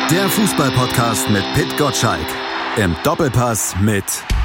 Der Fußball-Podcast mit Pit Gottschalk. Im Doppelpass mit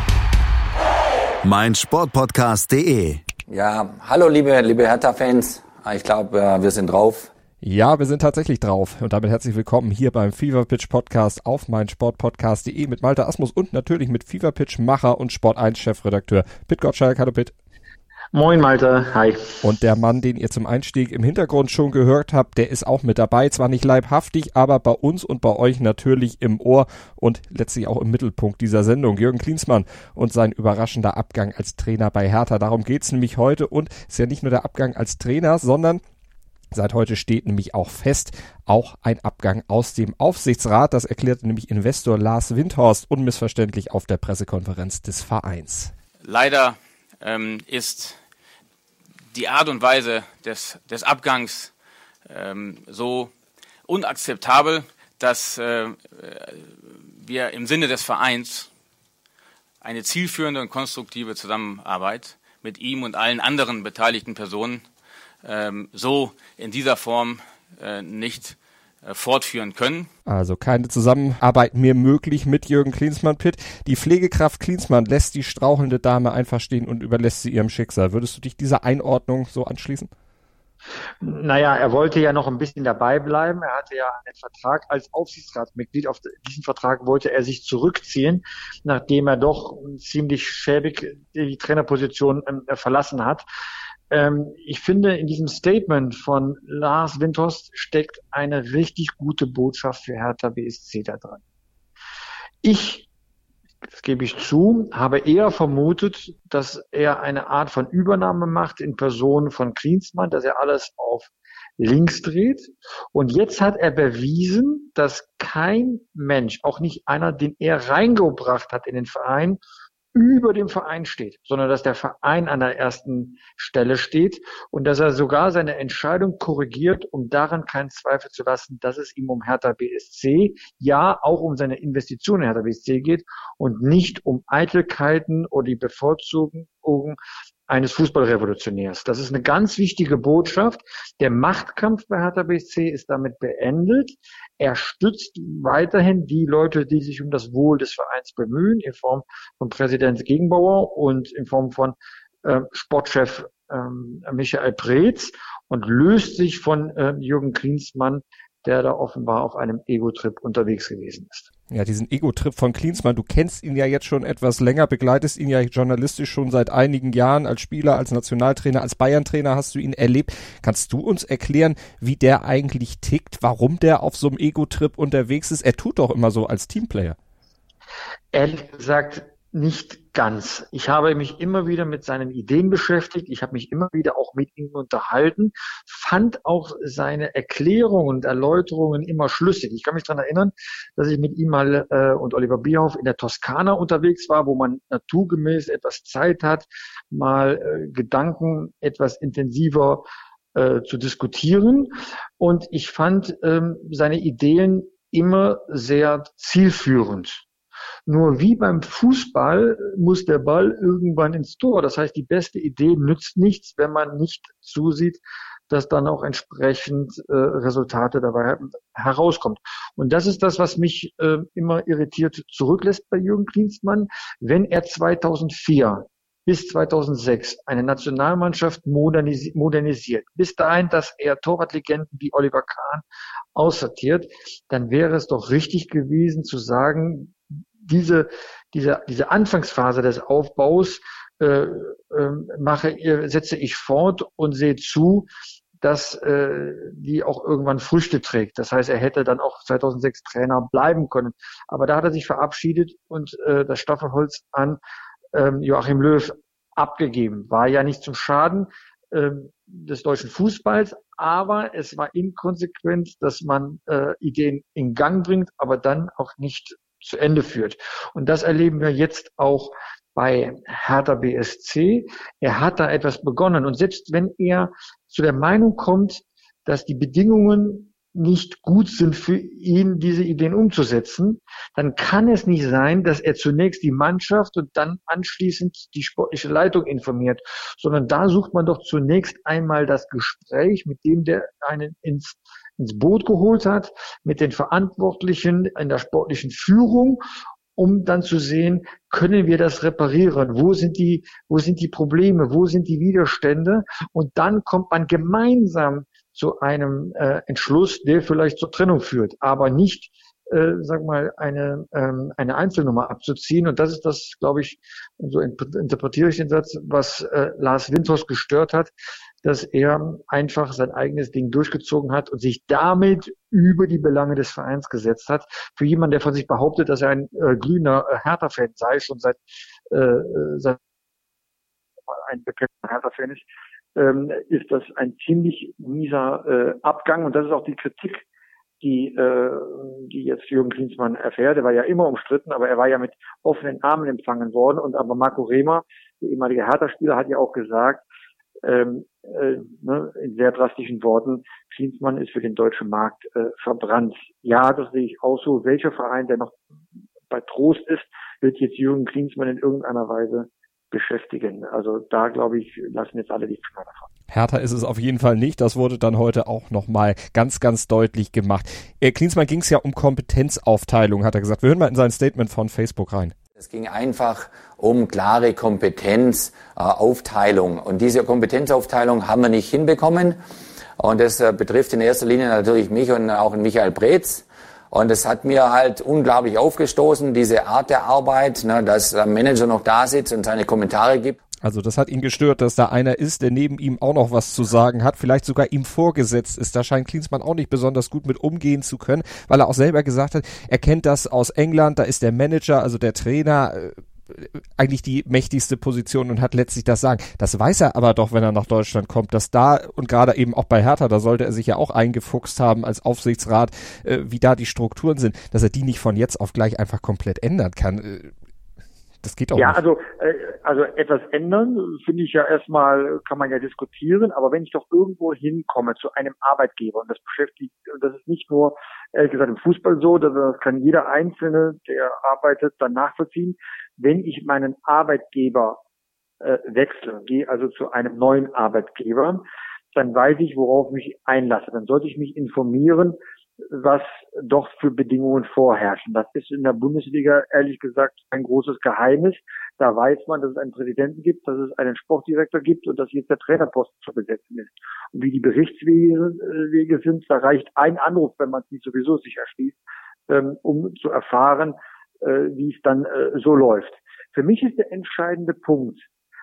meinsportpodcast.de. Ja, hallo liebe Hertha-Fans. Ich glaube, wir sind drauf. Ja, wir sind tatsächlich drauf. Und damit herzlich willkommen hier beim Fever Pitch Podcast auf meinsportpodcast.de mit Malte Asmus und natürlich mit Fever Pitch Macher und Sport 1 Chefredakteur Pit Gottschalk. Hallo Pit. Moin Malte, hi. Und der Mann, den ihr zum Einstieg im Hintergrund schon gehört habt, der ist auch mit dabei. Zwar nicht leibhaftig, aber bei uns und bei euch natürlich im Ohr und letztlich auch im Mittelpunkt dieser Sendung. Jürgen Klinsmann und sein überraschender Abgang als Trainer bei Hertha. Darum geht's nämlich heute und ist ja nicht nur der Abgang als Trainer, sondern seit heute steht nämlich auch fest, auch ein Abgang aus dem Aufsichtsrat. Das erklärte nämlich Investor Lars Windhorst unmissverständlich auf der Pressekonferenz des Vereins. Leider ist die Art und Weise des Abgangs so unakzeptabel, dass wir im Sinne des Vereins eine zielführende und konstruktive Zusammenarbeit mit ihm und allen anderen beteiligten Personen so in dieser Form nicht fortführen können. Also keine Zusammenarbeit mehr möglich mit Jürgen Klinsmann, Pitt. Die Pflegekraft Klinsmann lässt die strauchelnde Dame einfach stehen und überlässt sie ihrem Schicksal. Würdest du dich dieser Einordnung so anschließen? Naja, er wollte ja noch ein bisschen dabei bleiben. Er hatte ja einen Vertrag als Aufsichtsratsmitglied. Auf diesen Vertrag wollte er sich zurückziehen, nachdem er doch ziemlich schäbig die Trainerposition verlassen hat. Ich finde, in diesem Statement von Lars Windhorst steckt eine richtig gute Botschaft für Hertha BSC da dran. Das gebe ich zu, habe eher vermutet, dass er eine Art von Übernahme macht in Person von Klinsmann, dass er alles auf links dreht. Und jetzt hat er bewiesen, dass kein Mensch, auch nicht einer, den er reingebracht hat in den Verein, über dem Verein steht, sondern dass der Verein an der ersten Stelle steht und dass er sogar seine Entscheidung korrigiert, um daran keinen Zweifel zu lassen, dass es ihm um Hertha BSC, ja auch um seine Investitionen in Hertha BSC geht und nicht um Eitelkeiten oder die Bevorzugung eines Fußballrevolutionärs. Das ist eine ganz wichtige Botschaft. Der Machtkampf bei Hertha BSC ist damit beendet. Er stützt weiterhin die Leute, die sich um das Wohl des Vereins bemühen, in Form von Präsident Gegenbauer und in Form von Sportchef Michael Preetz und löst sich von Jürgen Klinsmann, der da offenbar auf einem Ego-Trip unterwegs gewesen ist. Ja, diesen Ego-Trip von Klinsmann, du kennst ihn ja jetzt schon etwas länger, begleitest ihn ja journalistisch schon seit einigen Jahren als Spieler, als Nationaltrainer, als Bayern-Trainer hast du ihn erlebt. Kannst du uns erklären, wie der eigentlich tickt, warum der auf so einem Ego-Trip unterwegs ist? Er tut doch immer so als Teamplayer. Ehrlich gesagt, nicht ganz. Ich habe mich immer wieder mit seinen Ideen beschäftigt. Ich habe mich immer wieder auch mit ihm unterhalten, fand auch seine Erklärungen und Erläuterungen immer schlüssig. Ich kann mich daran erinnern, dass ich mit ihm mal und Oliver Bierhoff in der Toskana unterwegs war, wo man naturgemäß etwas Zeit hat, mal Gedanken etwas intensiver zu diskutieren. Und ich fand seine Ideen immer sehr zielführend. Nur wie beim Fußball muss der Ball irgendwann ins Tor. Das heißt, die beste Idee nützt nichts, wenn man nicht zusieht, dass dann auch entsprechend Resultate dabei herauskommt. Und das ist das, was mich immer irritiert zurücklässt bei Jürgen Klinsmann. Wenn er 2004 bis 2006 eine Nationalmannschaft modernisiert, bis dahin, dass er Torwartlegenden wie Oliver Kahn aussortiert, dann wäre es doch richtig gewesen zu sagen, diese Anfangsphase des Aufbaus setze ich fort und sehe zu, dass die auch irgendwann Früchte trägt. Das heißt, er hätte dann auch 2006 Trainer bleiben können. Aber da hat er sich verabschiedet und das Staffelholz an Joachim Löw abgegeben. War ja nicht zum Schaden des deutschen Fußballs, aber es war inkonsequent, dass man Ideen in Gang bringt, aber dann auch nicht zu Ende führt. Und das erleben wir jetzt auch bei Hertha BSC. Er hat da etwas begonnen. Und selbst wenn er zu der Meinung kommt, dass die Bedingungen nicht gut sind für ihn, diese Ideen umzusetzen, dann kann es nicht sein, dass er zunächst die Mannschaft und dann anschließend die sportliche Leitung informiert, sondern da sucht man doch zunächst einmal das Gespräch mit dem, der einen ins Boot geholt hat, mit den Verantwortlichen in der sportlichen Führung, um dann zu sehen, können wir das reparieren? Wo sind die Probleme? Wo sind die Widerstände? Und dann kommt man gemeinsam zu einem Entschluss, der vielleicht zur Trennung führt, aber nicht, eine Einzelnummer abzuziehen. Und das ist das, glaube ich, so interpretiere ich den Satz, was Lars Windhorst gestört hat, dass er einfach sein eigenes Ding durchgezogen hat und sich damit über die Belange des Vereins gesetzt hat. Für jemanden, der von sich behauptet, dass er ein glühender Hertha-Fan sei, schon seit ein bekannter Hertha-Fan ist das ein ziemlich mieser Abgang. Und das ist auch die Kritik, die jetzt Jürgen Klinsmann erfährt. Er war ja immer umstritten, aber er war ja mit offenen Armen empfangen worden. Und aber Marco Rehmer, der ehemalige Hertha-Spieler, hat ja auch gesagt, in sehr drastischen Worten, Klinsmann ist für den deutschen Markt verbrannt. Ja, das sehe ich auch so. Welcher Verein, der noch bei Trost ist, wird jetzt Jürgen Klinsmann in irgendeiner Weise beschäftigen. Also da, glaube ich, lassen jetzt alle die Finger davon. Hertha ist es auf jeden Fall nicht. Das wurde dann heute auch nochmal ganz, ganz deutlich gemacht. Klinsmann ging es ja um Kompetenzaufteilung, hat er gesagt. Wir hören mal in sein Statement von Facebook rein. Es ging einfach um klare Kompetenzaufteilung. Und diese Kompetenzaufteilung haben wir nicht hinbekommen. Und das betrifft in erster Linie natürlich mich und auch Michael Preetz. Und es hat mir halt unglaublich aufgestoßen, diese Art der Arbeit, dass der Manager noch da sitzt und seine Kommentare gibt. Also das hat ihn gestört, dass da einer ist, der neben ihm auch noch was zu sagen hat, vielleicht sogar ihm vorgesetzt ist. Da scheint Klinsmann auch nicht besonders gut mit umgehen zu können, weil er auch selber gesagt hat, er kennt das aus England, da ist der Manager, also der Trainer, eigentlich die mächtigste Position und hat letztlich das Sagen. Das weiß er aber doch, wenn er nach Deutschland kommt, dass da, und gerade eben auch bei Hertha, da sollte er sich ja auch eingefuchst haben als Aufsichtsrat, wie da die Strukturen sind, dass er die nicht von jetzt auf gleich einfach komplett ändern kann. Das geht auch nicht. Ja, also etwas ändern, finde ich ja erstmal, kann man ja diskutieren, aber wenn ich doch irgendwo hinkomme zu einem Arbeitgeber, und das ist nicht nur, ehrlich gesagt, im Fußball so, das kann jeder Einzelne, der arbeitet, dann nachvollziehen, wenn ich meinen Arbeitgeber wechsle, gehe also zu einem neuen Arbeitgeber, dann weiß ich, worauf ich mich einlasse. Dann sollte ich mich informieren, was doch für Bedingungen vorherrschen. Das ist in der Bundesliga ehrlich gesagt ein großes Geheimnis. Da weiß man, dass es einen Präsidenten gibt, dass es einen Sportdirektor gibt und dass jetzt der Trainerposten zu besetzen ist. Und wie die Berichtswege sind, da reicht ein Anruf, wenn man es nicht sowieso sich erschließt, um zu erfahren, wie es dann so läuft. Für mich ist der entscheidende Punkt,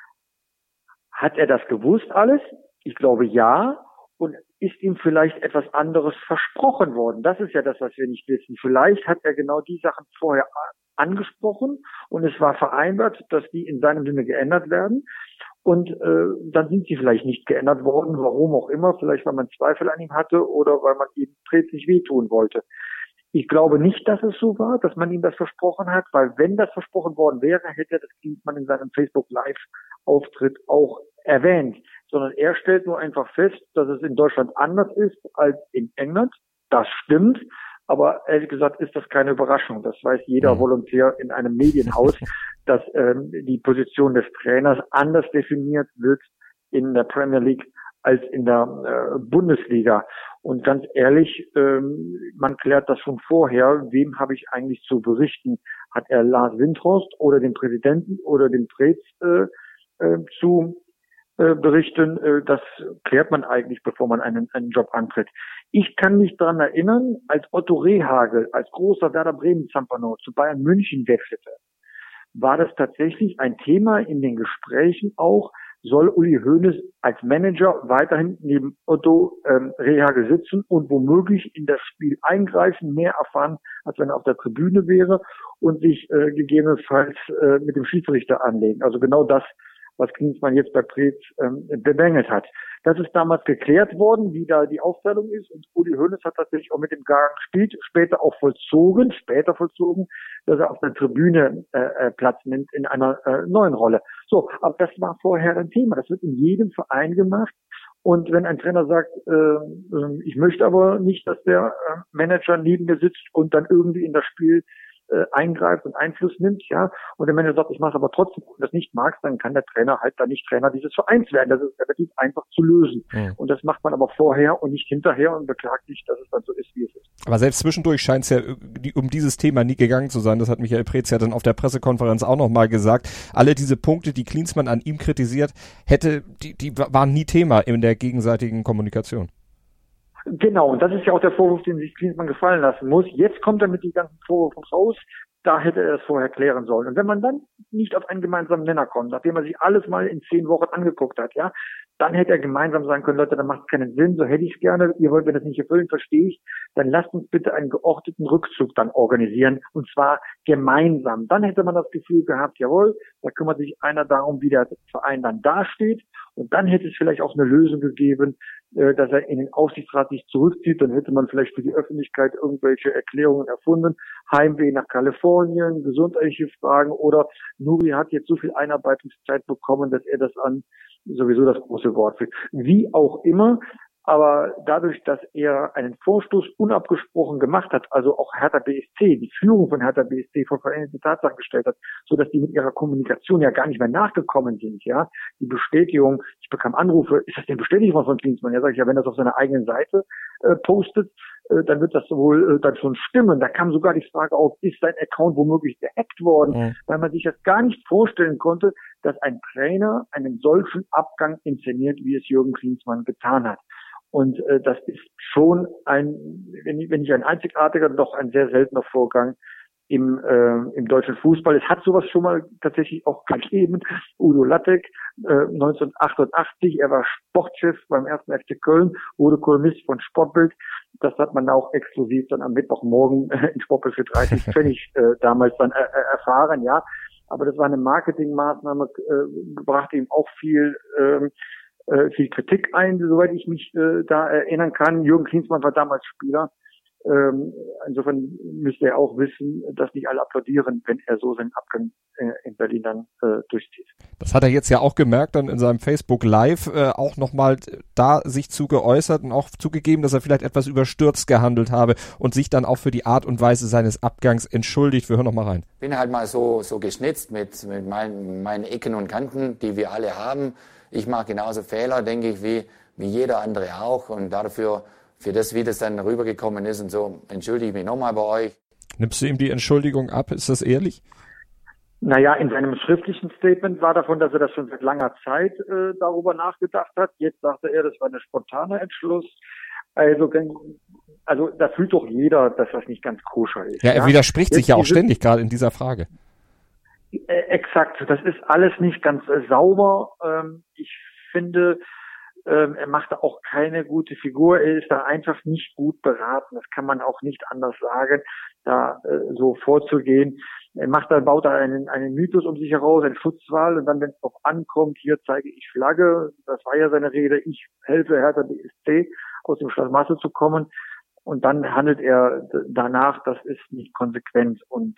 hat er das gewusst alles? Ich glaube ja. Und ist ihm vielleicht etwas anderes versprochen worden? Das ist ja das, was wir nicht wissen. Vielleicht hat er genau die Sachen vorher angesprochen und es war vereinbart, dass die in seinem Sinne geändert werden. Und dann sind sie vielleicht nicht geändert worden, warum auch immer. Vielleicht, weil man Zweifel an ihm hatte oder weil man ihm nicht wehtun wollte. Ich glaube nicht, dass es so war, dass man ihm das versprochen hat, weil wenn das versprochen worden wäre, hätte das Klinsmann in seinem Facebook-Live-Auftritt auch erwähnt. Sondern er stellt nur einfach fest, dass es in Deutschland anders ist als in England. Das stimmt, aber ehrlich gesagt ist das keine Überraschung. Das weiß jeder Volontär in einem Medienhaus, dass die Position des Trainers anders definiert wird in der Premier League als in der Bundesliga. Und ganz ehrlich, man klärt das schon vorher. Wem habe ich eigentlich zu berichten? Hat er Lars Windhorst oder den Präsidenten oder den Preetz zu berichten? Das klärt man eigentlich, bevor man einen Job antritt. Ich kann mich daran erinnern, als Otto Rehhagel, als großer Werder Bremen-Zampano zu Bayern München wechselte, war das tatsächlich ein Thema in den Gesprächen auch, soll Uli Hoeneß als Manager weiterhin neben Otto Rehhagel sitzen und womöglich in das Spiel eingreifen, mehr erfahren, als wenn er auf der Tribüne wäre und sich gegebenenfalls mit dem Schiedsrichter anlegen. Also genau das, was Klinsmann jetzt bei Preetz bemängelt hat. Das ist damals geklärt worden, wie da die Aufteilung ist, und Uli Hoeneß hat tatsächlich auch mit dem Gang gespielt, später vollzogen, dass er auf der Tribüne Platz nimmt in einer neuen Rolle. So, aber das war vorher ein Thema. Das wird in jedem Verein gemacht Und wenn ein Trainer sagt, ich möchte aber nicht, dass der Manager neben mir sitzt und dann irgendwie in das Spiel eingreift und Einfluss nimmt, ja, und der Manager sagt, ich mache aber trotzdem, und das nicht magst, dann kann der Trainer halt dann nicht Trainer dieses Vereins werden. Das ist relativ einfach zu lösen. Mhm. Und das macht man aber vorher und nicht hinterher und beklagt sich, dass es dann so ist, wie es ist. Aber selbst zwischendurch scheint es ja um dieses Thema nie gegangen zu sein. Das hat Michael Preetz ja dann auf der Pressekonferenz auch nochmal gesagt. Alle diese Punkte, die Klinsmann an ihm kritisiert hätte, die waren nie Thema in der gegenseitigen Kommunikation. Genau, und das ist ja auch der Vorwurf, den sich Klinsmann gefallen lassen muss. Jetzt kommt er mit den ganzen Vorwürfen raus, da hätte er es vorher klären sollen. Und wenn man dann nicht auf einen gemeinsamen Nenner kommt, nachdem er sich alles mal in 10 Wochen angeguckt hat, ja, dann hätte er gemeinsam sagen können, Leute, das macht keinen Sinn, so hätte ich es gerne, ihr wollt mir das nicht erfüllen, verstehe ich, dann lasst uns bitte einen geordneten Rückzug dann organisieren, und zwar gemeinsam. Dann hätte man das Gefühl gehabt, jawohl, da kümmert sich einer darum, wie der Verein dann dasteht, und dann hätte es vielleicht auch eine Lösung gegeben, dass er in den Aufsichtsrat sich zurückzieht, dann hätte man vielleicht für die Öffentlichkeit irgendwelche Erklärungen erfunden, Heimweh nach Kalifornien, gesundheitliche Fragen, oder Nuri hat jetzt so viel Einarbeitungszeit bekommen, dass er das an sowieso das große Wort wird. Wie auch immer, aber dadurch, dass er einen Vorstoß unabgesprochen gemacht hat, also auch Hertha BSC, die Führung von Hertha BSC vor veränderte Tatsachen gestellt hat, so dass die mit ihrer Kommunikation ja gar nicht mehr nachgekommen sind, ja. Die Bestätigung, ich bekam Anrufe, ist das denn Bestätigung von Klinsmann? Ja, sage ich, ja, wenn das auf seiner eigenen Seite postet, dann wird das wohl dann schon stimmen. Da kam sogar die Frage auf, ist sein Account womöglich gehackt worden, weil man sich das gar nicht vorstellen konnte, dass ein Trainer einen solchen Abgang inszeniert, wie es Jürgen Klinsmann getan hat. Und das ist schon wenn nicht ein einzigartiger, doch ein sehr seltener Vorgang im deutschen Fußball. Es hat sowas schon mal tatsächlich auch gegeben. Udo Lattek, 1988, er war Sportchef beim 1. FC Köln, wurde Kolumnist von Sportbild. Das hat man auch exklusiv dann am Mittwochmorgen in Sportbild für 30 Pfennig damals dann erfahren, ja. Aber das war eine Marketingmaßnahme, brachte ihm auch viel Kritik ein, soweit ich mich da erinnern kann. Jürgen Klinsmann war damals Spieler. Insofern müsste er auch wissen, dass nicht alle applaudieren, wenn er so seinen Abgang in Berlin dann durchzieht. Das hat er jetzt ja auch gemerkt, dann in seinem Facebook Live auch nochmal da sich zu geäußert und auch zugegeben, dass er vielleicht etwas überstürzt gehandelt habe und sich dann auch für die Art und Weise seines Abgangs entschuldigt. Wir hören noch mal rein. Ich bin halt mal so geschnitzt mit meinen Ecken und Kanten, die wir alle haben. Ich mache genauso Fehler, denke ich, wie jeder andere auch, und dafür für das, wie das dann rübergekommen ist und so, entschuldige ich mich nochmal bei euch. Nimmst du ihm die Entschuldigung ab? Ist das ehrlich? Naja, in seinem schriftlichen Statement war davon, dass er das schon seit langer Zeit darüber nachgedacht hat. Jetzt sagte er, das war ein spontaner Entschluss. Also da fühlt doch jeder, dass das nicht ganz koscher ist. Ja, er widerspricht sich ja auch ständig gerade in dieser Frage. Exakt, das ist alles nicht ganz sauber. Ich finde, er machte auch keine gute Figur. Er ist da einfach nicht gut beraten. Das kann man auch nicht anders sagen, da so vorzugehen. Baut da einen Mythos um sich heraus, einen Schutzwall, und dann, wenn es drauf ankommt, hier zeige ich Flagge. Das war ja seine Rede. Ich helfe Hertha BSC aus dem Schlamassel zu kommen. Und dann handelt er danach. Das ist nicht konsequent, und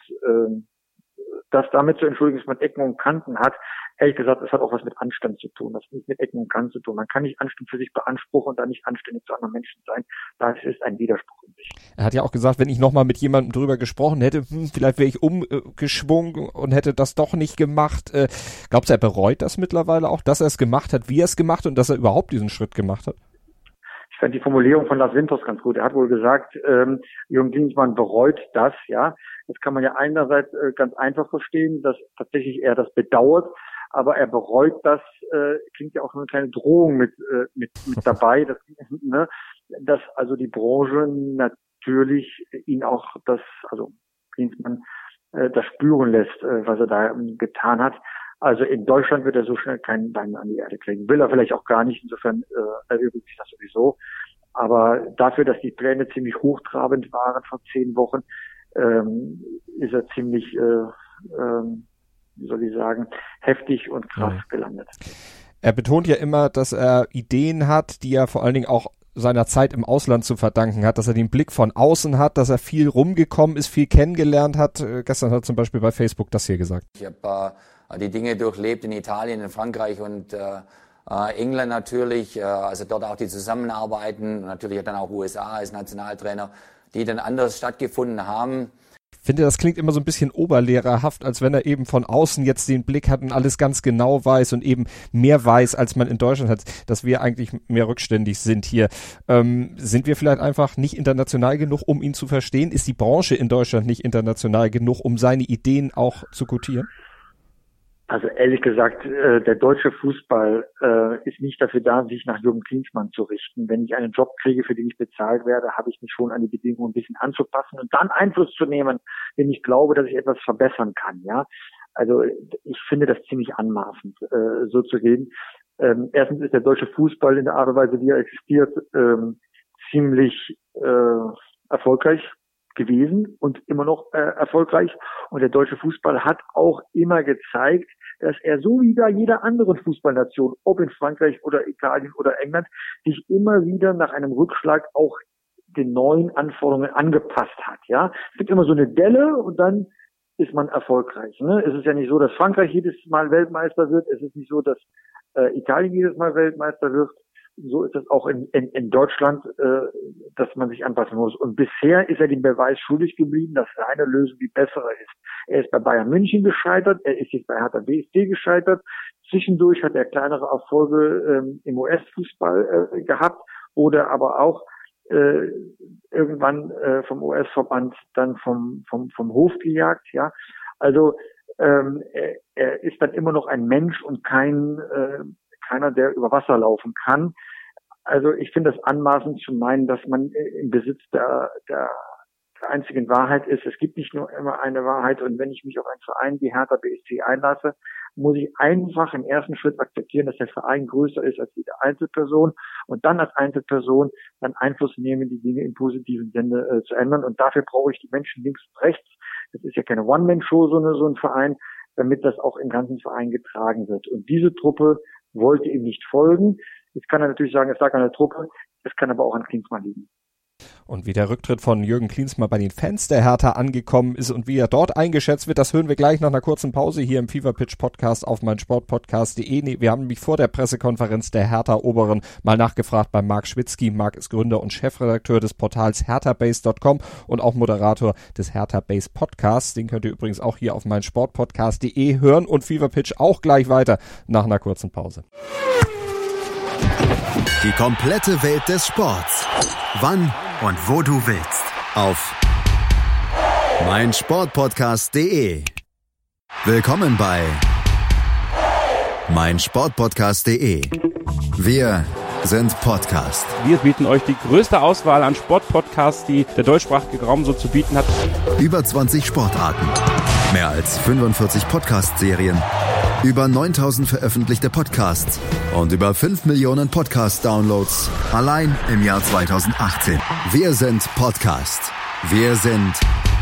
das damit zu entschuldigen, dass man Ecken und Kanten hat, ehrlich gesagt, es hat auch was mit Anstand zu tun. Das hat nicht mit Ecken und Kanten zu tun. Man kann nicht Anstand für sich beanspruchen und dann nicht anständig zu anderen Menschen sein. Das ist ein Widerspruch in sich. Er hat ja auch gesagt, wenn ich nochmal mit jemandem drüber gesprochen hätte, vielleicht wäre ich umgeschwungen und hätte das doch nicht gemacht. Glaubst du, er bereut das mittlerweile auch, dass er es gemacht hat, wie er es gemacht hat und dass er überhaupt diesen Schritt gemacht hat? Ich fand die Formulierung von Lars Winters ganz gut. Er hat wohl gesagt, Jürgen Klinsmann bereut das, ja. Das kann man ja einerseits ganz einfach verstehen, dass tatsächlich er das bedauert, aber er bereut das, klingt ja auch so eine kleine Drohung mit dabei, dass also die Branche natürlich ihn auch Klinsmann das spüren lässt, was er da getan hat. Also in Deutschland wird er so schnell keinen Bein an die Erde kriegen. Will er vielleicht auch gar nicht, insofern erübrigt sich das sowieso. Aber dafür, dass die Pläne ziemlich hochtrabend waren vor 10 Wochen, ist er ziemlich, wie soll ich sagen, heftig und krass gelandet. Er betont ja immer, dass er Ideen hat, die er vor allen Dingen auch seiner Zeit im Ausland zu verdanken hat, dass er den Blick von außen hat, dass er viel rumgekommen ist, viel kennengelernt hat. Gestern hat er zum Beispiel bei Facebook das hier gesagt. Ich habe die Dinge durchlebt in Italien, in Frankreich und England natürlich, also dort auch die Zusammenarbeiten, natürlich dann auch USA als Nationaltrainer, die dann anders stattgefunden haben. Ich finde, das klingt immer so ein bisschen oberlehrerhaft, als wenn er eben von außen jetzt den Blick hat und alles ganz genau weiß und eben mehr weiß, als man in Deutschland hat, dass wir eigentlich mehr rückständig sind hier. Sind wir vielleicht einfach nicht international genug, um ihn zu verstehen? Ist die Branche in Deutschland nicht international genug, um seine Ideen auch zu gutieren? Also ehrlich gesagt, der deutsche Fußball ist nicht dafür da, sich nach Jürgen Klinsmann zu richten. Wenn ich einen Job kriege, für den ich bezahlt werde, habe ich mich schon an die Bedingungen ein bisschen anzupassen und dann Einfluss zu nehmen, wenn ich glaube, dass ich etwas verbessern kann. Ja, also ich finde das ziemlich anmaßend, so zu reden. Erstens ist der deutsche Fußball in der Art und Weise, wie er existiert, ziemlich erfolgreich gewesen und immer noch erfolgreich. Und der deutsche Fußball hat auch immer gezeigt, dass er so wie bei jeder anderen Fußballnation, ob in Frankreich oder Italien oder England, sich immer wieder nach einem Rückschlag auch den neuen Anforderungen angepasst hat. Ja, es gibt immer so eine Delle und dann ist man erfolgreich. Ne? Es ist ja nicht so, dass Frankreich jedes Mal Weltmeister wird. Es ist nicht so, dass Italien jedes Mal Weltmeister wird. So ist es auch in Deutschland, dass man sich anpassen muss. Und bisher ist er den Beweis schuldig geblieben, dass seine Lösung die bessere ist. Er ist bei Bayern München gescheitert, er ist jetzt bei Hertha BSC gescheitert. Zwischendurch hat er kleinere Erfolge im US-Fußball gehabt oder aber auch irgendwann vom US-Verband dann vom Hof gejagt. Ja, also er ist dann immer noch ein Mensch und keiner, der über Wasser laufen kann. Also ich finde das anmaßend zu meinen, dass man im Besitz der einzigen Wahrheit ist. Es gibt nicht nur immer eine Wahrheit und wenn ich mich auf einen Verein wie Hertha BSC einlasse, muss ich einfach im ersten Schritt akzeptieren, dass der Verein größer ist als jede Einzelperson und dann als Einzelperson dann Einfluss nehmen, die Dinge im positiven Sinne zu ändern. Und dafür brauche ich die Menschen links und rechts. Das ist ja keine One-Man-Show, so ein Verein, damit das auch im ganzen Verein getragen wird. Und diese Truppe wollte ihm nicht folgen. Jetzt kann er natürlich sagen, es lag an der Truppe, es kann aber auch an Klinsmann liegen. Und wie der Rücktritt von Jürgen Klinsmann bei den Fans der Hertha angekommen ist und wie er dort eingeschätzt wird, das hören wir gleich nach einer kurzen Pause hier im Fever Pitch Podcast auf meinsportpodcast.de. Wir haben nämlich vor der Pressekonferenz der Hertha-Oberen mal nachgefragt bei Marc Schwitzky. Marc ist Gründer und Chefredakteur des Portals herthabase.com und auch Moderator des Hertha Base Podcasts. Den könnt ihr übrigens auch hier auf meinsportpodcast.de hören und Fever Pitch auch gleich weiter nach einer kurzen Pause. Die komplette Welt des Sports. Wann und wo du willst. Auf meinsportpodcast.de. Willkommen bei meinsportpodcast.de. Wir sind Podcast. Wir bieten euch die größte Auswahl an Sportpodcasts, die der deutschsprachige Raum so zu bieten hat. Über 20 Sportarten. Mehr als 45 Podcast-Serien. Über 9000 veröffentlichte Podcasts und über 5 Millionen Podcast-Downloads allein im Jahr 2018. Wir sind Podcast. Wir sind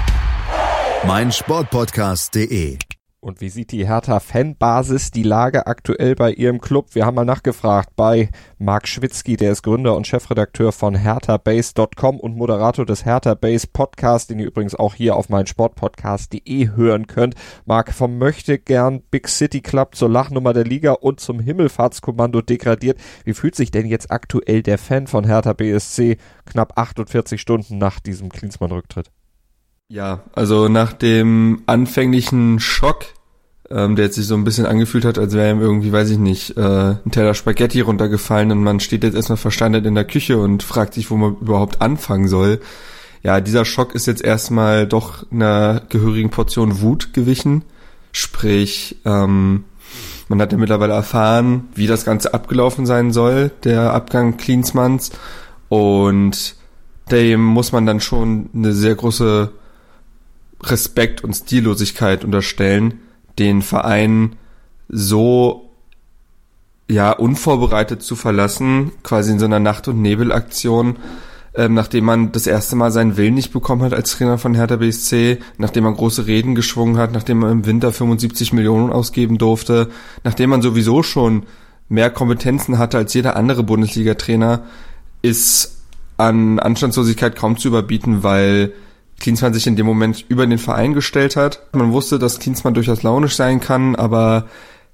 meinsportpodcast.de. Und wie sieht die Hertha-Fanbasis die Lage aktuell bei ihrem Club? Wir haben mal nachgefragt bei Marc Schwitzky, der ist Gründer und Chefredakteur von herthabase.com und Moderator des Hertha Base Podcasts, den ihr übrigens auch hier auf meinsportpodcast.de hören könnt. Marc, vom Möchtegern Big City Club zur Lachnummer der Liga und zum Himmelfahrtskommando degradiert. Wie fühlt sich denn jetzt aktuell der Fan von Hertha BSC knapp 48 Stunden nach diesem Klinsmann-Rücktritt? Ja, also nach dem anfänglichen Schock, der jetzt sich so ein bisschen angefühlt hat, als wäre ihm irgendwie, weiß ich nicht, ein Teller Spaghetti runtergefallen und man steht jetzt erstmal versteinert in der Küche und fragt sich, wo man überhaupt anfangen soll. Ja, dieser Schock ist jetzt erstmal doch einer gehörigen Portion Wut gewichen. Sprich, man hat ja mittlerweile erfahren, wie das Ganze abgelaufen sein soll, der Abgang Klinsmanns. Und dem muss man dann schon eine sehr große Respekt und Stillosigkeit unterstellen, den Verein so unvorbereitet zu verlassen, quasi in so einer Nacht- und Nebelaktion, nachdem man das erste Mal seinen Willen nicht bekommen hat als Trainer von Hertha BSC, nachdem man große Reden geschwungen hat, nachdem man im Winter 75 Millionen ausgeben durfte, nachdem man sowieso schon mehr Kompetenzen hatte als jeder andere Bundesliga-Trainer, ist an Anstandslosigkeit kaum zu überbieten, weil Klinsmann sich in dem Moment über den Verein gestellt hat. Man wusste, dass Klinsmann durchaus launisch sein kann, aber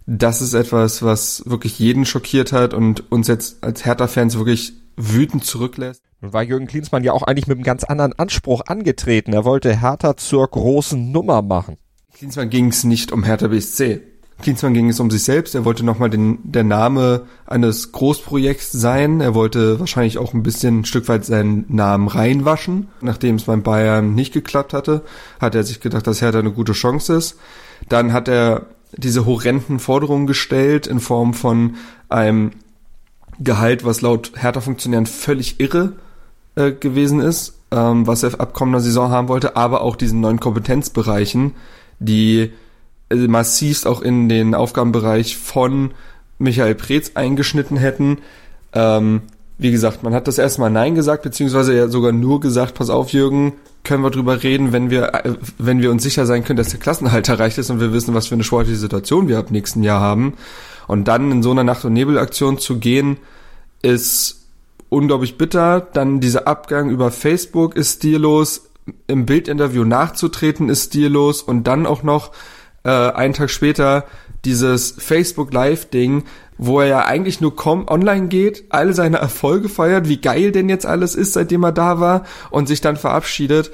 Das ist etwas, was wirklich jeden schockiert hat und uns jetzt als Hertha-Fans wirklich wütend zurücklässt. Nun war Jürgen Klinsmann ja auch eigentlich mit einem ganz anderen Anspruch angetreten. Er wollte Hertha zur großen Nummer machen. Klinsmann ging es nicht um Hertha BSC. Klinsmann ging es um sich selbst. Er wollte nochmal der Name eines Großprojekts sein. Er wollte wahrscheinlich auch ein Stück weit seinen Namen reinwaschen. Nachdem es beim Bayern nicht geklappt hatte, hat er sich gedacht, dass Hertha eine gute Chance ist. Dann hat er diese horrenden Forderungen gestellt in Form von einem Gehalt, was laut Hertha-Funktionären völlig irre gewesen ist, was er ab kommender Saison haben wollte, aber auch diesen neuen Kompetenzbereichen, die massivst auch in den Aufgabenbereich von Michael Preetz eingeschnitten hätten. Wie gesagt, man hat das erstmal Nein gesagt, beziehungsweise ja sogar nur gesagt, pass auf Jürgen, können wir drüber reden, wenn wir uns sicher sein können, dass der Klassenerhalt erreicht ist und wir wissen, was für eine sportliche Situation wir ab nächsten Jahr haben. Und dann in so einer Nacht- und Nebelaktion zu gehen, ist unglaublich bitter. Dann dieser Abgang über Facebook ist stillos, im Bildinterview nachzutreten ist stillos und dann auch noch einen Tag später dieses Facebook-Live-Ding, wo er ja eigentlich nur online geht, alle seine Erfolge feiert, wie geil denn jetzt alles ist, seitdem er da war und sich dann verabschiedet,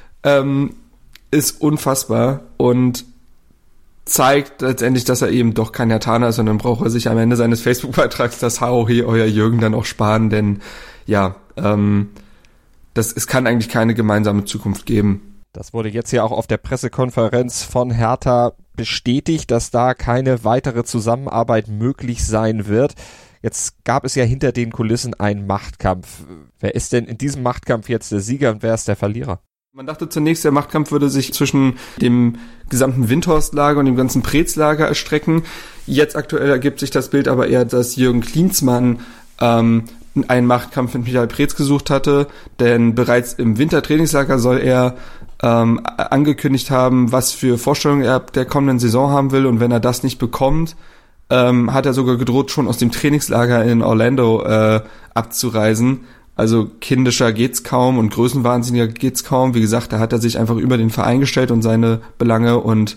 ist unfassbar und zeigt letztendlich, dass er eben doch kein Herthaner ist und dann braucht er sich am Ende seines Facebook-Beitrags das Hauhe euer Jürgen dann auch sparen, denn ja, es kann eigentlich keine gemeinsame Zukunft geben. Das wurde jetzt ja auch auf der Pressekonferenz von Hertha bestätigt, dass da keine weitere Zusammenarbeit möglich sein wird. Jetzt gab es ja hinter den Kulissen einen Machtkampf. Wer ist denn in diesem Machtkampf jetzt der Sieger und wer ist der Verlierer? Man dachte zunächst, der Machtkampf würde sich zwischen dem gesamten Windhorst-Lager und dem ganzen Preetz-Lager erstrecken. Jetzt aktuell ergibt sich das Bild aber eher, dass Jürgen Klinsmann einen Machtkampf mit Michael Preetz gesucht hatte, denn bereits im Wintertrainingslager soll er angekündigt haben, was für Vorstellungen er ab der kommenden Saison haben will und wenn er das nicht bekommt, hat er sogar gedroht, schon aus dem Trainingslager in Orlando abzureisen. Also kindischer geht's kaum und größenwahnsinniger geht's kaum. Wie gesagt, da hat er sich einfach über den Verein gestellt und seine Belange und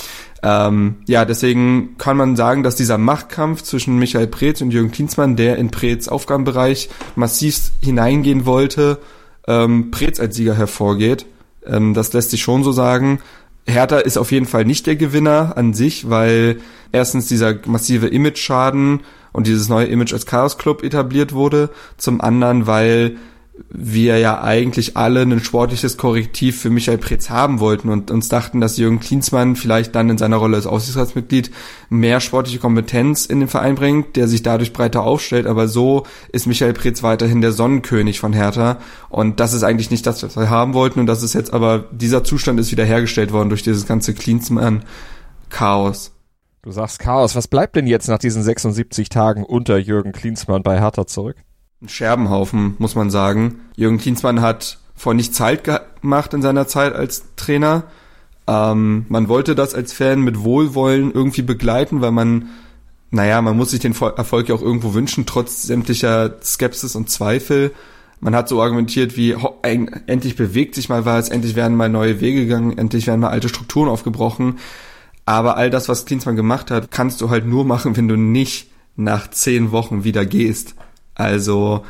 deswegen kann man sagen, dass dieser Machtkampf zwischen Michael Preetz und Jürgen Klinsmann, der in Preetz Aufgabenbereich massiv hineingehen wollte, Preetz als Sieger hervorgeht. Das lässt sich schon so sagen. Hertha ist auf jeden Fall nicht der Gewinner an sich, weil erstens dieser massive Image-Schaden und dieses neue Image als Chaos-Club etabliert wurde. Zum anderen, weil wir ja eigentlich alle ein sportliches Korrektiv für Michael Preetz haben wollten und uns dachten, dass Jürgen Klinsmann vielleicht dann in seiner Rolle als Aufsichtsratsmitglied mehr sportliche Kompetenz in den Verein bringt, der sich dadurch breiter aufstellt, aber so ist Michael Preetz weiterhin der Sonnenkönig von Hertha und das ist eigentlich nicht das, was wir haben wollten und das ist jetzt aber, dieser Zustand ist wieder hergestellt worden durch dieses ganze Klinsmann-Chaos. Du sagst Chaos, was bleibt denn jetzt nach diesen 76 Tagen unter Jürgen Klinsmann bei Hertha zurück? Ein Scherbenhaufen, muss man sagen. Jürgen Klinsmann hat vor nichts Halt gemacht in seiner Zeit als Trainer. Man wollte das als Fan mit Wohlwollen irgendwie begleiten, weil man muss sich den Erfolg ja auch irgendwo wünschen, trotz sämtlicher Skepsis und Zweifel. Man hat so argumentiert wie, endlich bewegt sich mal was, endlich werden mal neue Wege gegangen, endlich werden mal alte Strukturen aufgebrochen. Aber all das, was Klinsmann gemacht hat, kannst du halt nur machen, wenn du nicht nach 10 Wochen wieder gehst. Also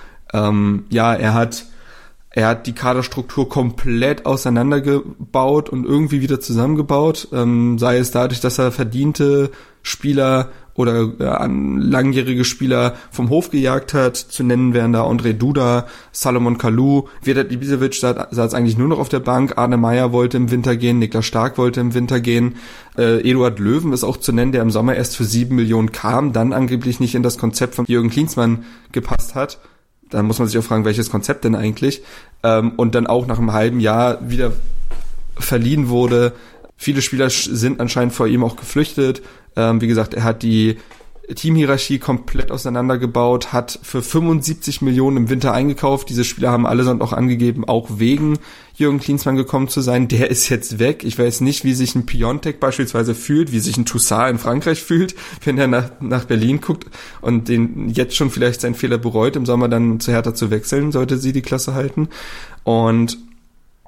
er hat die Kaderstruktur komplett auseinandergebaut und irgendwie wieder zusammengebaut, sei es dadurch, dass er verdiente Spieler oder langjährige Spieler vom Hof gejagt hat. Zu nennen wären da André Duda, Salomon Kalou, Vedat Ibisevic saß eigentlich nur noch auf der Bank, Arne Meyer wollte im Winter gehen, Niklas Stark wollte im Winter gehen, Eduard Löwen ist auch zu nennen, der im Sommer erst für 7 Millionen kam, dann angeblich nicht in das Konzept von Jürgen Klinsmann gepasst hat. Da muss man sich auch fragen, welches Konzept denn eigentlich? Und dann auch nach einem halben Jahr wieder verliehen wurde. Viele Spieler sind anscheinend vor ihm auch geflüchtet. Wie gesagt, er hat die Teamhierarchie komplett auseinandergebaut, hat für 75 Millionen im Winter eingekauft. Diese Spieler haben allesamt auch angegeben, auch wegen Jürgen Klinsmann gekommen zu sein. Der ist jetzt weg. Ich weiß nicht, wie sich ein Piontek beispielsweise fühlt, wie sich ein Toussaint in Frankreich fühlt, wenn er nach Berlin guckt und den jetzt schon vielleicht seinen Fehler bereut, im Sommer dann zu Hertha zu wechseln, sollte sie die Klasse halten. Und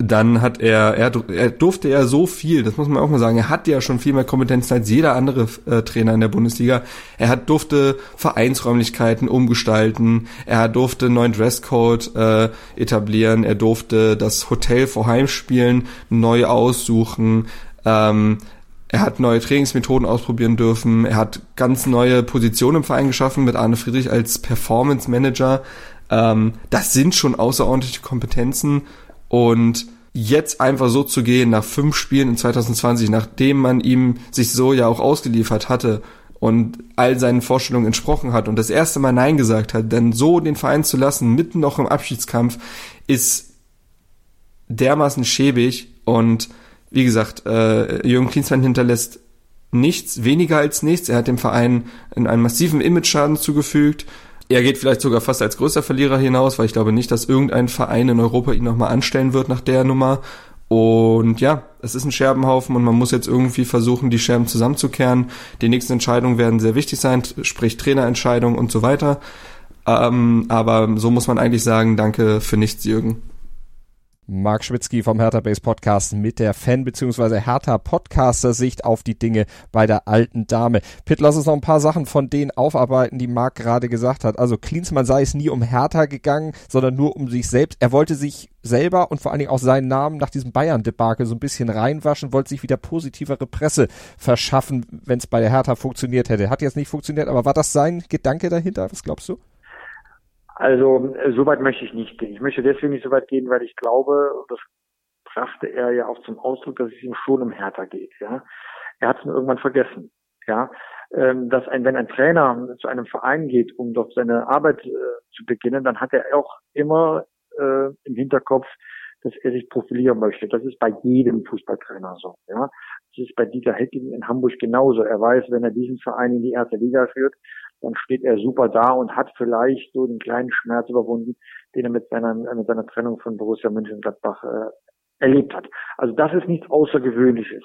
dann hat er durfte ja so viel, das muss man auch mal sagen, er hat ja schon viel mehr Kompetenz als jeder andere Trainer in der Bundesliga. Er durfte Vereinsräumlichkeiten umgestalten, er durfte einen neuen Dresscode etablieren, er durfte das Hotel vor Heimspielen neu aussuchen, er hat neue Trainingsmethoden ausprobieren dürfen, er hat ganz neue Positionen im Verein geschaffen mit Arne Friedrich als Performance Manager. Das sind schon außerordentliche Kompetenzen. Und jetzt einfach so zu gehen nach 5 Spielen in 2020, nachdem man ihm sich so ja auch ausgeliefert hatte und all seinen Vorstellungen entsprochen hat und das erste Mal Nein gesagt hat, dann so den Verein zu lassen, mitten noch im Abschiedskampf, ist dermaßen schäbig. Und wie gesagt, Jürgen Klinsmann hinterlässt nichts, weniger als nichts. Er hat dem Verein einen massiven Image-Schaden zugefügt. Er geht vielleicht sogar fast als größter Verlierer hinaus, weil ich glaube nicht, dass irgendein Verein in Europa ihn nochmal anstellen wird nach der Nummer. Und ja, es ist ein Scherbenhaufen und man muss jetzt irgendwie versuchen, die Scherben zusammenzukehren. Die nächsten Entscheidungen werden sehr wichtig sein, sprich Trainerentscheidungen und so weiter. Aber so muss man eigentlich sagen, danke für nichts, Jürgen. Marc Schwitzky vom Hertha Base Podcast mit der Fan- bzw. Hertha-Podcaster-Sicht auf die Dinge bei der alten Dame. Pitt, lass uns noch ein paar Sachen von denen aufarbeiten, die Marc gerade gesagt hat. Also Klinsmann sei es nie um Hertha gegangen, sondern nur um sich selbst. Er wollte sich selber und vor allen Dingen auch seinen Namen nach diesem Bayern-Debakel so ein bisschen reinwaschen, wollte sich wieder positivere Presse verschaffen, wenn es bei der Hertha funktioniert hätte. Hat jetzt nicht funktioniert, aber war das sein Gedanke dahinter? Was glaubst du? Also so weit möchte ich nicht gehen. Ich möchte deswegen nicht so weit gehen, weil ich glaube, und das brachte er ja auch zum Ausdruck, dass es ihm schon um Hertha geht. Ja, er hat es nur irgendwann vergessen. Ja, wenn ein Trainer zu einem Verein geht, um dort seine Arbeit zu beginnen, dann hat er auch immer im Hinterkopf, dass er sich profilieren möchte. Das ist bei jedem Fußballtrainer so. Ja, das ist bei Dieter Hecking in Hamburg genauso. Er weiß, wenn er diesen Verein in die erste Liga führt, dann steht er super da und hat vielleicht so den kleinen Schmerz überwunden, den er mit seiner Trennung von Borussia Mönchengladbach erlebt hat. Also das ist nichts Außergewöhnliches.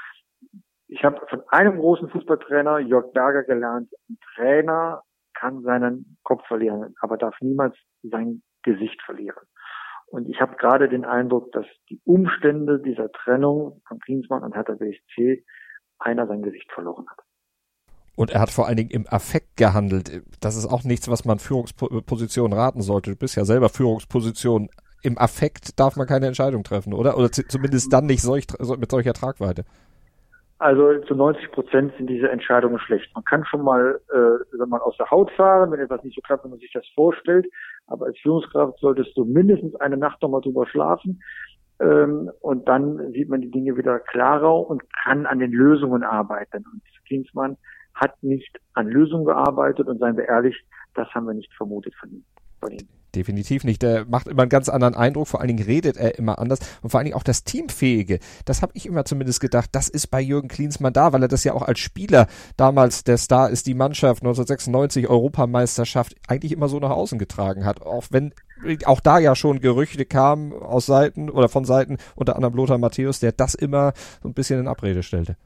Ich habe von einem großen Fußballtrainer, Jörg Berger, gelernt, ein Trainer kann seinen Kopf verlieren, aber darf niemals sein Gesicht verlieren. Und ich habe gerade den Eindruck, dass die Umstände dieser Trennung von Klinsmann und Hertha BSC einer sein Gesicht verloren hat. Und er hat vor allen Dingen im Affekt gehandelt. Das ist auch nichts, was man Führungspositionen raten sollte. Du bist ja selber Führungsposition. Im Affekt darf man keine Entscheidung treffen, oder? Oder zumindest dann nicht mit solcher Tragweite. Also zu 90% sind diese Entscheidungen schlecht. Man kann schon mal aus der Haut fahren, wenn etwas nicht so klappt, wenn man sich das vorstellt. Aber als Führungskraft solltest du mindestens eine Nacht nochmal drüber schlafen. Und dann sieht man die Dinge wieder klarer und kann an den Lösungen arbeiten. Und Klinsmann hat nicht an Lösungen gearbeitet und seien wir ehrlich, das haben wir nicht vermutet von ihm. Definitiv nicht. Der macht immer einen ganz anderen Eindruck. Vor allen Dingen redet er immer anders. Und vor allen Dingen auch das Teamfähige. Das habe ich immer zumindest gedacht. Das ist bei Jürgen Klinsmann da, weil er das ja auch als Spieler damals, der Star ist die Mannschaft, 1996 Europameisterschaft, eigentlich immer so nach außen getragen hat. Auch wenn auch da ja schon Gerüchte kamen aus Seiten oder von Seiten unter anderem Lothar Matthäus, der das immer so ein bisschen in Abrede stellte.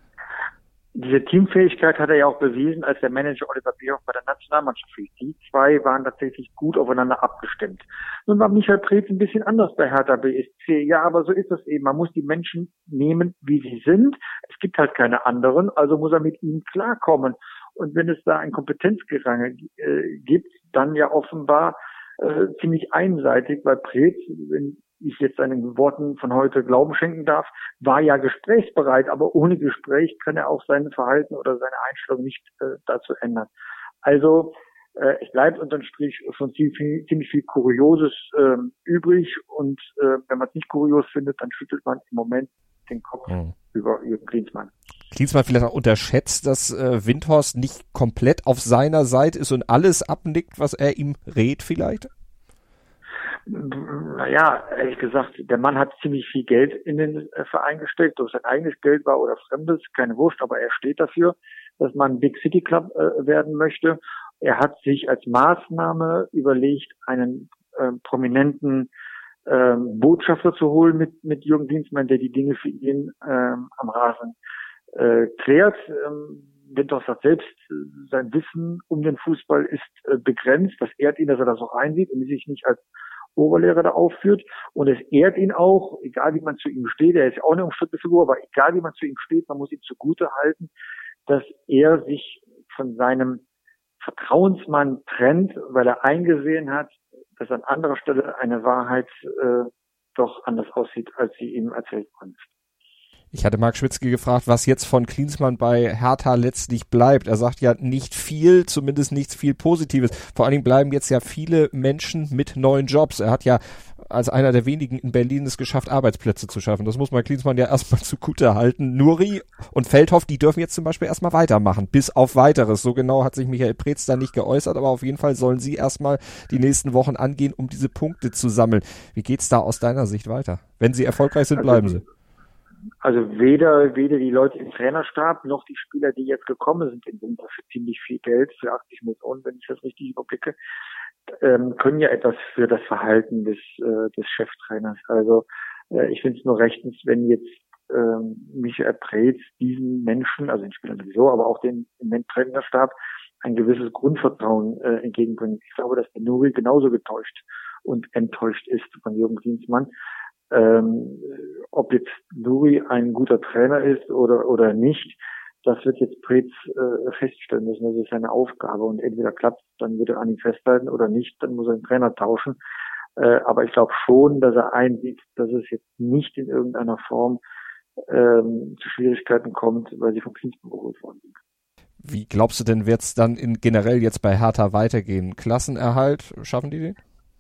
Diese Teamfähigkeit hat er ja auch bewiesen, als der Manager Oliver Bierhoff bei der Nationalmannschaft fiel. Die zwei waren tatsächlich gut aufeinander abgestimmt. Nun war Michael Preetz ein bisschen anders bei Hertha BSC. Ja, aber so ist es eben. Man muss die Menschen nehmen, wie sie sind. Es gibt halt keine anderen, also muss er mit ihnen klarkommen. Und wenn es da ein Kompetenzgerangel gibt, dann ja offenbar ziemlich einseitig, weil Preetz, wenn ich jetzt seinen Worten von heute Glauben schenken darf, war ja gesprächsbereit, aber ohne Gespräch kann er auch sein Verhalten oder seine Einstellung nicht dazu ändern. Also es bleibt unterm Strich schon ziemlich viel Kurioses übrig und wenn man es nicht kurios findet, dann schüttelt man im Moment den Kopf über Jürgen Klinsmann. Klinsmann vielleicht auch unterschätzt, dass Windhorst nicht komplett auf seiner Seite ist und alles abnickt, was er ihm rät vielleicht? Naja, ehrlich gesagt, der Mann hat ziemlich viel Geld in den Verein gesteckt, ob es sein eigenes Geld war oder fremdes, keine Wurscht, aber er steht dafür, dass man ein Big City Club werden möchte. Er hat sich als Maßnahme überlegt, einen prominenten Botschafter zu holen mit Jürgen Klinsmann, der die Dinge für ihn am Rasen klärt. Windhorst sagt selbst, sein Wissen um den Fußball ist begrenzt. Das ehrt ihn, dass er das auch einsieht und sich nicht als Oberlehrer da aufführt. Und es ehrt ihn auch, egal wie man zu ihm steht, er ist ja auch eine umstrittene Figur, aber egal wie man zu ihm steht, man muss ihm zugute halten, dass er sich von seinem Vertrauensmann trennt, weil er eingesehen hat, dass an anderer Stelle eine Wahrheit doch anders aussieht, als sie ihm erzählt worden ist. Ich hatte Marc Schwitzky gefragt, was jetzt von Klinsmann bei Hertha letztlich bleibt. Er sagt ja nicht viel, zumindest nichts viel Positives. Vor allen Dingen bleiben jetzt ja viele Menschen mit neuen Jobs. Er hat ja als einer der wenigen in Berlin es geschafft, Arbeitsplätze zu schaffen. Das muss man Klinsmann ja erstmal zugute halten. Nuri und Feldhoff, die dürfen jetzt zum Beispiel erstmal weitermachen, bis auf Weiteres. So genau hat sich Michael Preetz da nicht geäußert, aber auf jeden Fall sollen sie erstmal die nächsten Wochen angehen, um diese Punkte zu sammeln. Wie geht's da aus deiner Sicht weiter? Wenn sie erfolgreich sind, bleiben sie. Also weder die Leute im Trainerstab noch die Spieler, die jetzt gekommen sind, in Winter für ziemlich viel Geld, für 80 Millionen, wenn ich das richtig überblicke, können ja etwas für das Verhalten des Cheftrainers. Also ich finde es nur rechtens, wenn jetzt Michael Preetz diesen Menschen, also den Spielern sowieso, aber auch den Trainerstab, ein gewisses Grundvertrauen entgegenbringt. Ich glaube, dass der Nuri genauso getäuscht und enttäuscht ist von Jürgen Klinsmann. Ob jetzt Nuri ein guter Trainer ist oder nicht, das wird jetzt Preetz feststellen müssen. Das ist seine Aufgabe und entweder klappt, dann wird er an ihm festhalten oder nicht, dann muss er den Trainer tauschen. Aber ich glaube schon, dass er einsieht, dass es jetzt nicht in irgendeiner Form zu Schwierigkeiten kommt, weil sie vom Klinsmann geholt worden sind. Wie glaubst du denn, wird es dann generell jetzt bei Hertha weitergehen? Klassenerhalt, schaffen die den?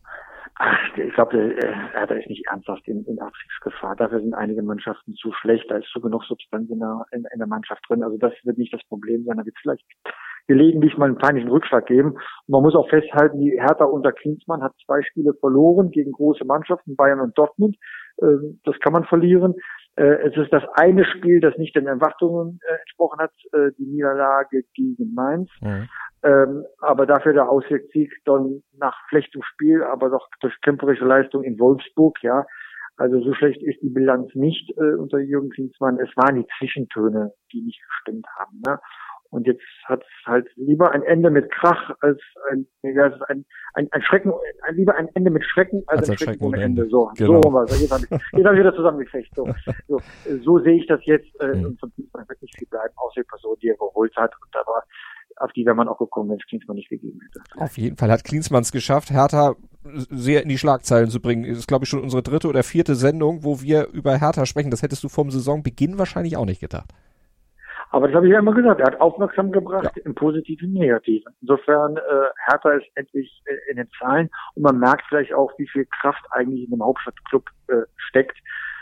Ich glaube, Hertha ist nicht ernsthaft in Abstiegsgefahr. Dafür sind einige Mannschaften zu schlecht. Da ist so genug Substanz in der Mannschaft drin. Also das wird nicht das Problem sein. Da wird es vielleicht gelegentlich mal einen peinlichen Rückschlag geben. Und man muss auch festhalten, die Hertha unter Klinsmann hat 2 Spiele verloren gegen große Mannschaften, Bayern und Dortmund. Das kann man verlieren. Es ist das eine Spiel, das nicht den Erwartungen entsprochen hat, die Niederlage gegen Mainz. Mhm. Aber dafür der Auswärtssieg dann nach schlechtem Spiel, aber doch durch kämpferische Leistung in Wolfsburg, ja. Also so schlecht ist die Bilanz nicht unter Jürgen Klinsmann. Es waren die Zwischentöne, die nicht gestimmt haben. Ne? Und jetzt hat es halt lieber ein Ende mit Krach als ein Schrecken, lieber ein Ende mit Schrecken als ein Schrecken ohne Ende. So, genau. So jetzt hab ich wieder zusammengekriegt. So sehe ich das jetzt. Und von Klinsmann wird nicht viel bleiben, außer die Person, die er geholt hat. Und da war auf die wäre man auch gekommen, wenn es Klinsmann nicht gegeben hätte. Auf jeden Fall hat Klinsmann es geschafft, Hertha sehr in die Schlagzeilen zu bringen. Das ist, glaube ich, schon unsere 3. oder 4. Sendung, wo wir über Hertha sprechen. Das hättest du vom Saisonbeginn wahrscheinlich auch nicht gedacht. Aber das habe ich ja immer gesagt. Er hat aufmerksam gebracht, ja. Im Positiven, im Negativen. Insofern, Hertha ist endlich in den Zahlen und man merkt vielleicht auch, wie viel Kraft eigentlich in dem Hauptstadtclub steckt.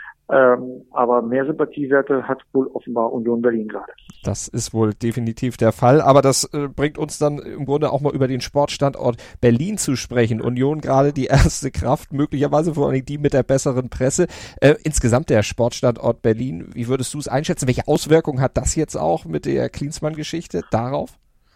Aber mehr Sympathiewerte hat wohl offenbar Union Berlin gerade. Das ist wohl definitiv der Fall, aber das bringt uns dann im Grunde auch mal über den Sportstandort Berlin zu sprechen. Union gerade die erste Kraft, möglicherweise vor allem die mit der besseren Presse. Insgesamt der Sportstandort Berlin, wie würdest du es einschätzen? Welche Auswirkungen hat das jetzt auch mit der Klinsmann-Geschichte darauf?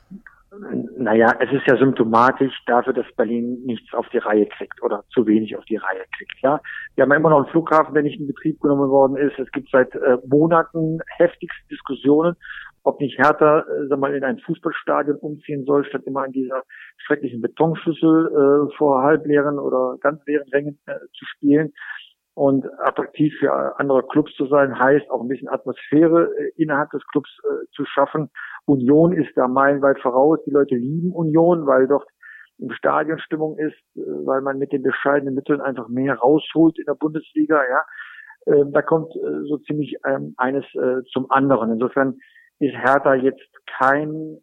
Naja, es ist ja symptomatisch dafür, dass Berlin nichts auf die Reihe kriegt oder zu wenig auf die Reihe kriegt. Ja, wir haben ja immer noch einen Flughafen, der nicht in Betrieb genommen worden ist. Es gibt seit Monaten heftigste Diskussionen, ob nicht Hertha in ein Fußballstadion umziehen soll, statt immer an dieser schrecklichen Betonschüssel vor halbleeren oder ganz leeren Rängen zu spielen. Und attraktiv für andere Clubs zu sein, heißt auch ein bisschen Atmosphäre innerhalb des Clubs zu schaffen. Union ist da meilenweit voraus. Die Leute lieben Union, weil dort im Stadion Stimmung ist, weil man mit den bescheidenen Mitteln einfach mehr rausholt in der Bundesliga. Ja, da kommt so ziemlich eines zum anderen. Insofern ist Hertha jetzt kein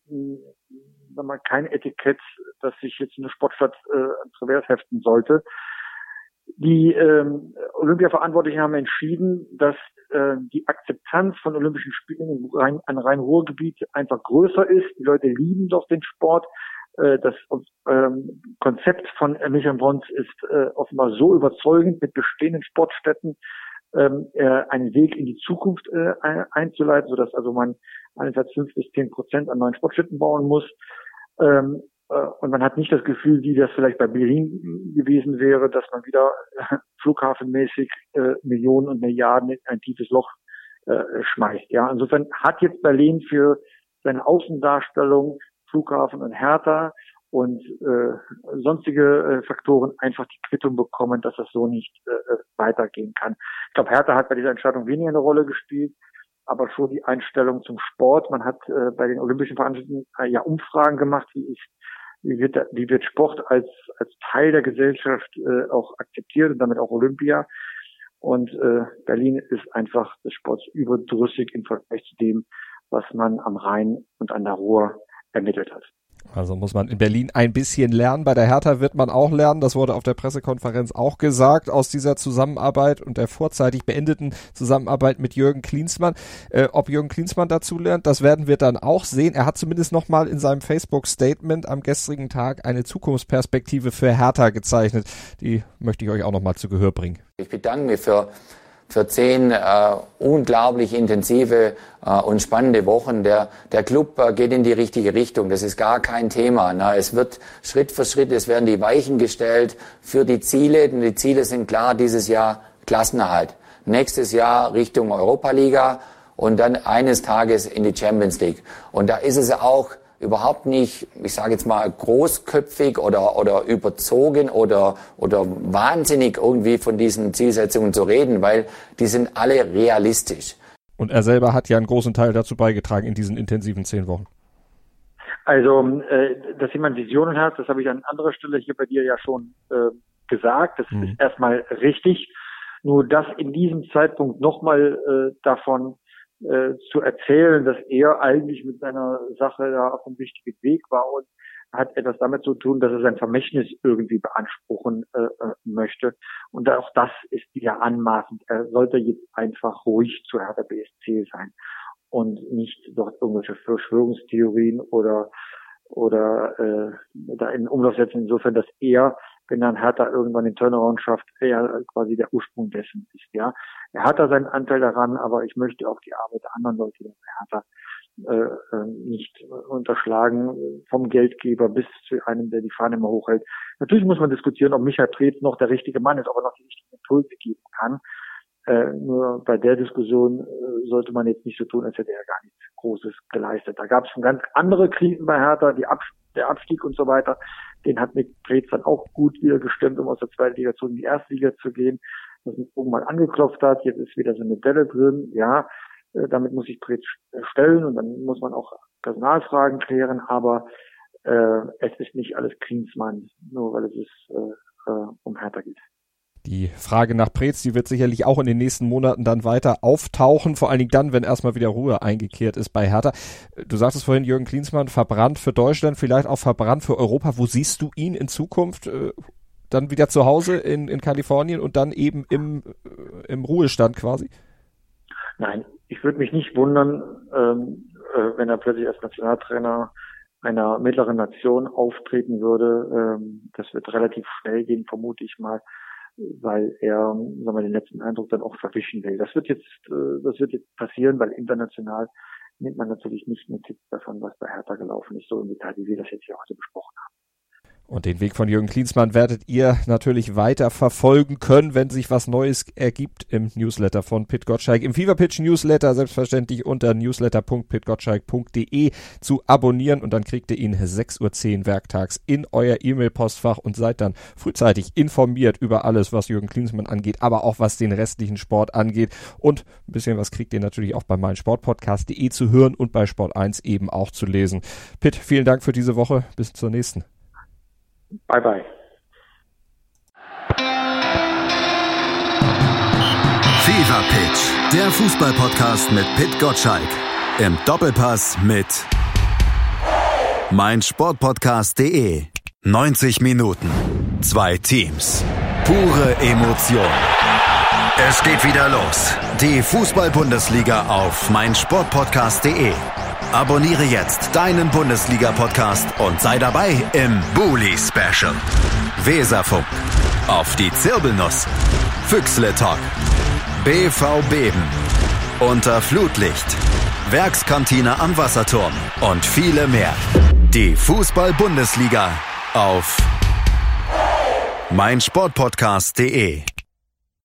Etikett, das sich jetzt in der Sportstadt ans Revers heften sollte. Die Olympia-Verantwortlichen haben entschieden, dass die Akzeptanz von Olympischen Spielen an Rhein-Ruhr-Gebiet einfach größer ist. Die Leute lieben doch den Sport. Das Konzept von Michael Brons ist offenbar so überzeugend, mit bestehenden Sportstätten einen Weg in die Zukunft einzuleiten, sodass also man einerseits 5-10% an neuen Sportstätten bauen muss. Und man hat nicht das Gefühl, wie das vielleicht bei Berlin gewesen wäre, dass man wieder flughafenmäßig Millionen und Milliarden in ein tiefes Loch schmeißt. Ja, insofern hat jetzt Berlin für seine Außendarstellung Flughafen und Hertha und sonstige Faktoren einfach die Quittung bekommen, dass das so nicht weitergehen kann. Ich glaube, Hertha hat bei dieser Entscheidung weniger eine Rolle gespielt, aber schon die Einstellung zum Sport. Man hat bei den Olympischen Veranstaltungen ja Umfragen gemacht, wie wird Sport als Teil der Gesellschaft auch akzeptiert und damit auch Olympia. Und Berlin ist einfach des Sports überdrüssig im Vergleich zu dem, was man am Rhein und an der Ruhr ermittelt hat. Also muss man in Berlin ein bisschen lernen. Bei der Hertha wird man auch lernen. Das wurde auf der Pressekonferenz auch gesagt, aus dieser Zusammenarbeit und der vorzeitig beendeten Zusammenarbeit mit Jürgen Klinsmann. Ob Jürgen Klinsmann dazu lernt, das werden wir dann auch sehen. Er hat zumindest nochmal in seinem Facebook-Statement am gestrigen Tag eine Zukunftsperspektive für Hertha gezeichnet. Die möchte ich euch auch nochmal zu Gehör bringen. Ich bedanke mich für 10 unglaublich intensive und spannende Wochen. Der Club geht in die richtige Richtung. Das ist gar kein Thema. Es wird Schritt für Schritt, es werden die Weichen gestellt für die Ziele. Und die Ziele sind klar, dieses Jahr Klassenerhalt. Nächstes Jahr Richtung Europa-Liga und dann eines Tages in die Champions League. Und da ist es auch überhaupt nicht, ich sage jetzt mal, großköpfig oder überzogen oder wahnsinnig irgendwie von diesen Zielsetzungen zu reden, weil die sind alle realistisch. Und er selber hat ja einen großen Teil dazu beigetragen in diesen intensiven 10 Wochen. Also, dass jemand Visionen hat, das habe ich an anderer Stelle hier bei dir ja schon gesagt. Das ist erstmal richtig. Nur das in diesem Zeitpunkt nochmal davon zu erzählen, dass er eigentlich mit seiner Sache da auf dem richtigen Weg war und hat etwas damit zu tun, dass er sein Vermächtnis irgendwie beanspruchen möchte. Und auch das ist wieder anmaßend. Er sollte jetzt einfach ruhig zu Hertha BSC sein und nicht dort irgendwelche Verschwörungstheorien oder da in Umlauf setzen, insofern, dass er, wenn dann Hertha irgendwann den Turnaround schafft, er quasi der Ursprung dessen ist, ja. Er hat da seinen Anteil daran, aber ich möchte auch die Arbeit der anderen Leute bei Hertha nicht unterschlagen, vom Geldgeber bis zu einem, der die Fahne immer hochhält. Natürlich muss man diskutieren, ob Michael Preetz noch der richtige Mann ist, ob er noch die richtigen Impulse geben kann. Nur bei der Diskussion sollte man jetzt nicht so tun, als hätte er gar nichts Großes geleistet. Da gab es schon ganz andere Krisen bei Hertha, der Abstieg und so weiter. Den hat mit Preetz dann auch gut wieder gestimmt, um aus der zweiten Liga in die erste Liga zu gehen. Das irgendwann angeknopft hat, jetzt ist wieder so eine Delle drin. Ja, damit muss sich Preetz stellen und dann muss man auch Personalfragen klären, aber es ist nicht alles Klinsmann, nur weil es um Hertha geht. Die Frage nach Preetz, die wird sicherlich auch in den nächsten Monaten dann weiter auftauchen, vor allen Dingen dann, wenn erstmal wieder Ruhe eingekehrt ist bei Hertha. Du sagtest vorhin, Jürgen Klinsmann, verbrannt für Deutschland, vielleicht auch verbrannt für Europa. Wo siehst du ihn in Zukunft? Dann wieder zu Hause in Kalifornien und dann eben im Ruhestand quasi? Nein, ich würde mich nicht wundern, wenn er plötzlich als Nationaltrainer einer mittleren Nation auftreten würde. Das wird relativ schnell gehen, vermute ich mal, weil er, sagen wir, den letzten Eindruck dann auch verwischen will. Das wird jetzt passieren, weil international nimmt man natürlich nicht Notiz davon, was bei Hertha gelaufen ist, so im Detail, wie wir das jetzt hier heute besprochen haben. Und den Weg von Jürgen Klinsmann werdet ihr natürlich weiter verfolgen können, wenn sich was Neues ergibt im Newsletter von Pit Gottschalk. Im Fever Pitch Newsletter selbstverständlich unter newsletter.pitgottschalk.de zu abonnieren und dann kriegt ihr ihn 6:10 Uhr werktags in euer E-Mail-Postfach und seid dann frühzeitig informiert über alles, was Jürgen Klinsmann angeht, aber auch was den restlichen Sport angeht. Und ein bisschen was kriegt ihr natürlich auch bei meinsportpodcast.de zu hören und bei Sport 1 eben auch zu lesen. Pit, vielen Dank für diese Woche. Bis zur nächsten. Bye bye. Fever Pitch, der Fußball-Podcast mit Pit Gottschalk. Im Doppelpass mit meinsportpodcast.de. 90 Minuten, 2 Teams, pure Emotion. Es geht wieder los. Die Fußball-Bundesliga auf meinsportpodcast.de. Abonniere jetzt deinen Bundesliga-Podcast und sei dabei im Bully-Special. Weserfunk, auf die Zirbelnuss, Füchsle Talk, BV Beben, unter Flutlicht, Werkskantine am Wasserturm und viele mehr. Die Fußball-Bundesliga auf meinsportpodcast.de.